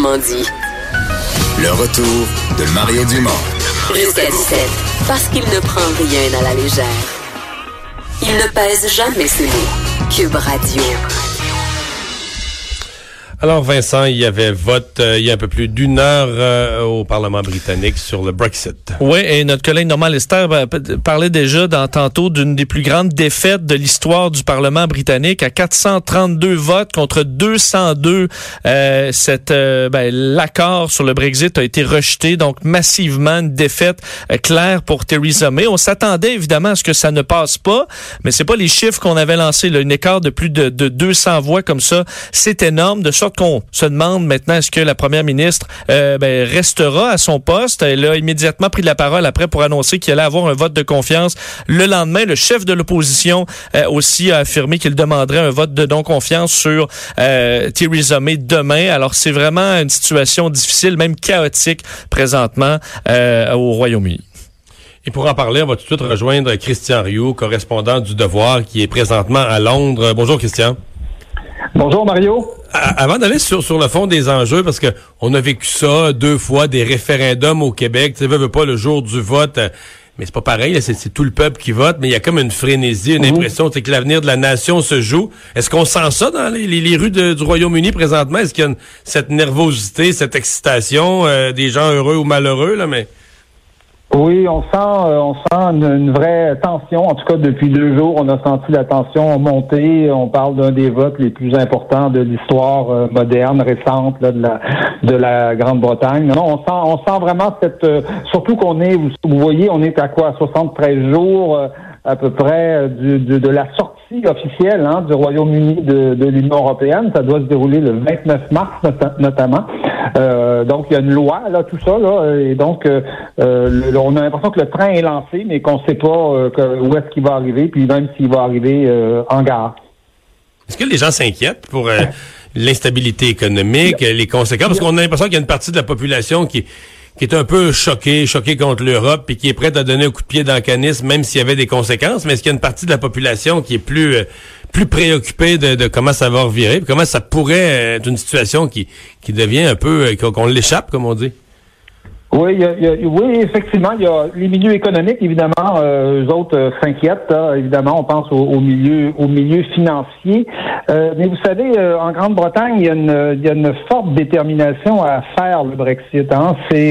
Autrement dit. Le retour de Mario Dumont. Jusqu'à 17, parce qu'il ne prend rien à la légère. Il ne pèse jamais ses mots. Cube Radio. Alors Vincent, il y avait vote il y a un peu plus d'une heure au Parlement britannique sur le Brexit. Oui, et notre collègue Normand Lester parlait déjà tantôt d'une des plus grandes défaites de l'histoire du Parlement britannique à 432 votes contre 202. L'accord sur le Brexit a été rejeté, donc massivement une défaite claire pour Theresa May. On s'attendait évidemment à ce que ça ne passe pas, mais c'est pas les chiffres qu'on avait lancés. Là. Un écart de plus de 200 voix comme ça, c'est énorme, de sorte qu'on se demande maintenant est-ce que la première ministre restera à son poste. Elle a immédiatement pris la parole après pour annoncer qu'il allait avoir un vote de confiance le lendemain. Le chef de l'opposition aussi a affirmé qu'il demanderait un vote de non-confiance sur Theresa May demain. Alors c'est vraiment une situation difficile, même chaotique présentement au Royaume-Uni. Et pour en parler, on va tout de suite rejoindre Christian Rioux, correspondant du Devoir, qui est présentement à Londres. Bonjour Christian. Bonjour Mario. Avant d'aller sur le fond des enjeux, parce que on a vécu ça 2 fois, des référendums au Québec, tu veux pas le jour du vote, mais c'est pas pareil, là, c'est tout le peuple qui vote, mais il y a comme une frénésie, une impression que l'avenir de la nation se joue. Est-ce qu'on sent ça dans les rues du Royaume-Uni présentement? Est-ce qu'il y a cette nervosité, cette excitation, des gens heureux ou malheureux, là, mais... Oui, on sent une vraie tension. En tout cas, depuis 2 jours, on a senti la tension monter. On parle d'un des votes les plus importants de l'histoire moderne, récente là, de la Grande-Bretagne. Non, on sent vraiment surtout qu'on est, vous voyez, on est à quoi, 73 jours à peu près de la sortie officielle du Royaume-Uni de l'Union européenne. Ça doit se dérouler le 29 mars notamment. Donc il y a une loi là, tout ça là, et donc on a l'impression que le train est lancé, mais qu'on ne sait pas où est-ce qu'il va arriver, puis même s'il va arriver en gare. Est-ce que les gens s'inquiètent pour l'instabilité économique, les conséquences? Parce qu'on a l'impression qu'il y a une partie de la population qui est un peu choquée contre l'Europe, puis qui est prête à donner un coup de pied dans le canis, même s'il y avait des conséquences. Mais est-ce qu'il y a une partie de la population qui est plus préoccupée de comment ça va revirer, puis comment ça pourrait être une situation qui devient un peu, qu'on l'échappe, comme on dit? Oui, oui, effectivement, il y a les milieux économiques, évidemment, eux autres s'inquiètent, évidemment, on pense au milieu financier. Mais vous savez, en Grande-Bretagne, il y a une forte détermination à faire le Brexit. Il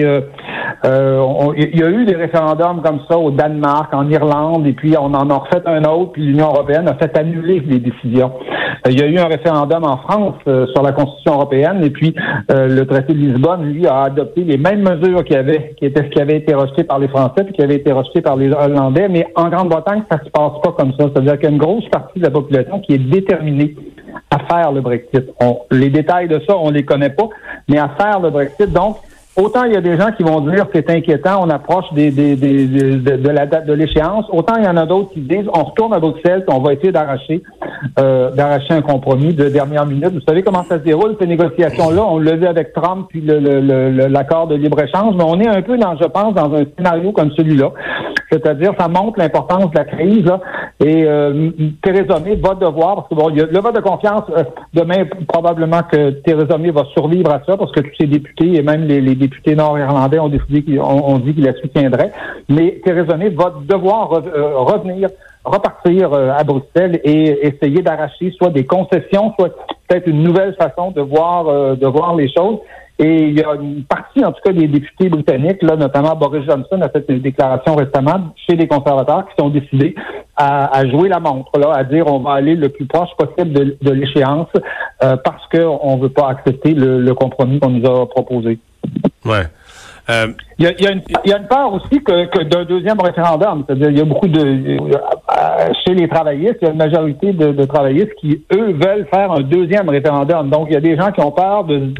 y a eu des référendums comme ça au Danemark, en Irlande, et puis on en a refait un autre, puis l'Union européenne a fait annuler les décisions. Il y a eu un référendum en France sur la Constitution européenne, et puis le traité de Lisbonne, lui, a adopté les mêmes mesures qui avait été rejeté par les Français puis qui avait été rejeté par les Hollandais, mais en Grande-Bretagne, ça se passe pas comme ça. C'est-à-dire qu'il y a une grosse partie de la population qui est déterminée à faire le Brexit. Les détails de ça, on les connaît pas, mais à faire le Brexit. Donc, autant il y a des gens qui vont dire que c'est inquiétant, on approche de la date de l'échéance, autant il y en a d'autres qui disent on retourne à Bruxelles, on va essayer d'arracher un compromis de dernière minute. Vous savez comment ça se déroule, ces négociations-là? On l'a vu avec Trump puis l'accord de libre-échange, mais on est un peu je pense, dans un scénario comme celui-là. C'est-à-dire, ça montre l'importance de la crise, là, et Theresa May va devoir, parce que bon, il y a le vote de confiance, demain, probablement que Theresa May va survivre à ça, parce que tous ses députés, et même les députés nord-irlandais ont décidé ont dit qu'ils la soutiendraient, mais Theresa May va devoir repartir à Bruxelles et essayer d'arracher soit des concessions, soit peut-être une nouvelle façon de voir les choses. Et il y a une partie, en tout cas, des députés britanniques, là, notamment Boris Johnson a fait une déclaration récemment chez les conservateurs qui sont décidés à jouer la montre, là, à dire on va aller le plus proche possible de l'échéance parce qu'on veut pas accepter le compromis qu'on nous a proposé. Ouais. Il y a une peur aussi que d'un deuxième référendum. C'est-à-dire, il y a beaucoup chez les travaillistes, il y a une majorité de travaillistes qui, eux, veulent faire un deuxième référendum. Donc, il y a des gens qui ont peur de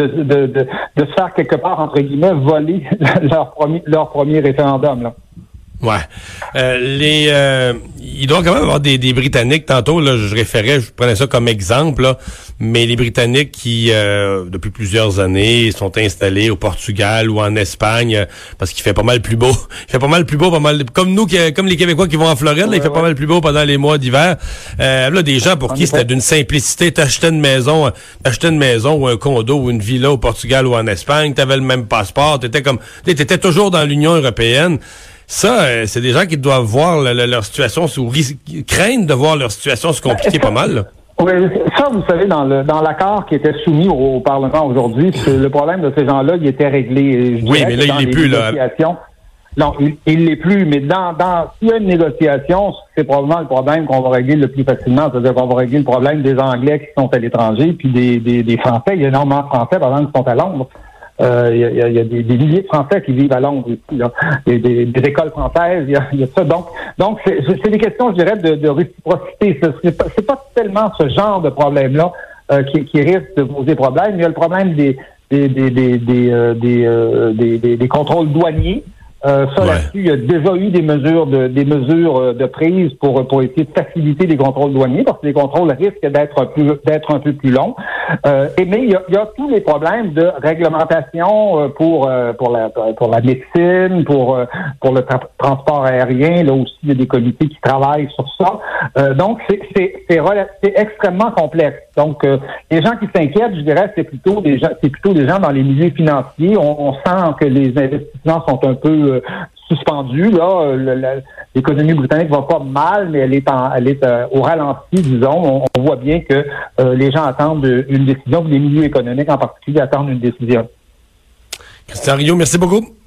se faire quelque part, entre guillemets, voler leur premier référendum, là. Il doit quand même avoir des Britanniques. Tantôt, là, je prenais ça comme exemple, là, mais les Britanniques qui, depuis plusieurs années, sont installés au Portugal ou en Espagne, parce qu'il fait pas mal plus beau. Il fait pas mal plus beau, comme nous, comme les Québécois qui vont en Floride, là, il fait pas mal plus beau pendant les mois d'hiver. Là, des gens pour qui c'était d'une simplicité, t'achetais une maison ou un condo ou une villa au Portugal ou en Espagne, t'avais le même passeport, t'étais toujours dans l'Union européenne. Ça, c'est des gens qui doivent voir leur situation, craignent de voir leur situation se compliquer pas mal, là. Oui, ça, vous savez, dans l'accord qui était soumis au Parlement aujourd'hui, le problème de ces gens-là, il était réglé. Oui, mais là, il n'est plus, là. Non, il l'est plus, mais s'il y a une négociation, c'est probablement le problème qu'on va régler le plus facilement. C'est-à-dire qu'on va régler le problème des Anglais qui sont à l'étranger, puis des Français. Il y a énormément de Français, par exemple, qui sont à Londres. Il y a des milliers de Français qui vivent à Londres aussi, là. Il y a des écoles françaises, il y a ça. Donc c'est des questions, je dirais, de réciprocité. C'est pas tellement ce genre de problème-là qui risque de poser problème. Il y a le problème des contrôles douaniers. Là-dessus, il y a déjà eu des mesures de prise pour essayer de faciliter les contrôles douaniers, parce que les contrôles risquent d'être un peu plus longs. Mais il y a tous les problèmes de réglementation pour la médecine, pour le transport aérien. Là aussi, il y a des comités qui travaillent sur ça. Donc c'est extrêmement complexe. Donc les gens qui s'inquiètent, je dirais, c'est plutôt des gens dans les milieux financiers. On sent que les investissements sont un peu suspendue. Là, l'économie britannique va pas mal, mais elle est au ralenti, disons. On voit bien que les gens attendent une décision, les milieux économiques en particulier attendent une décision. Christian Rioux, merci beaucoup.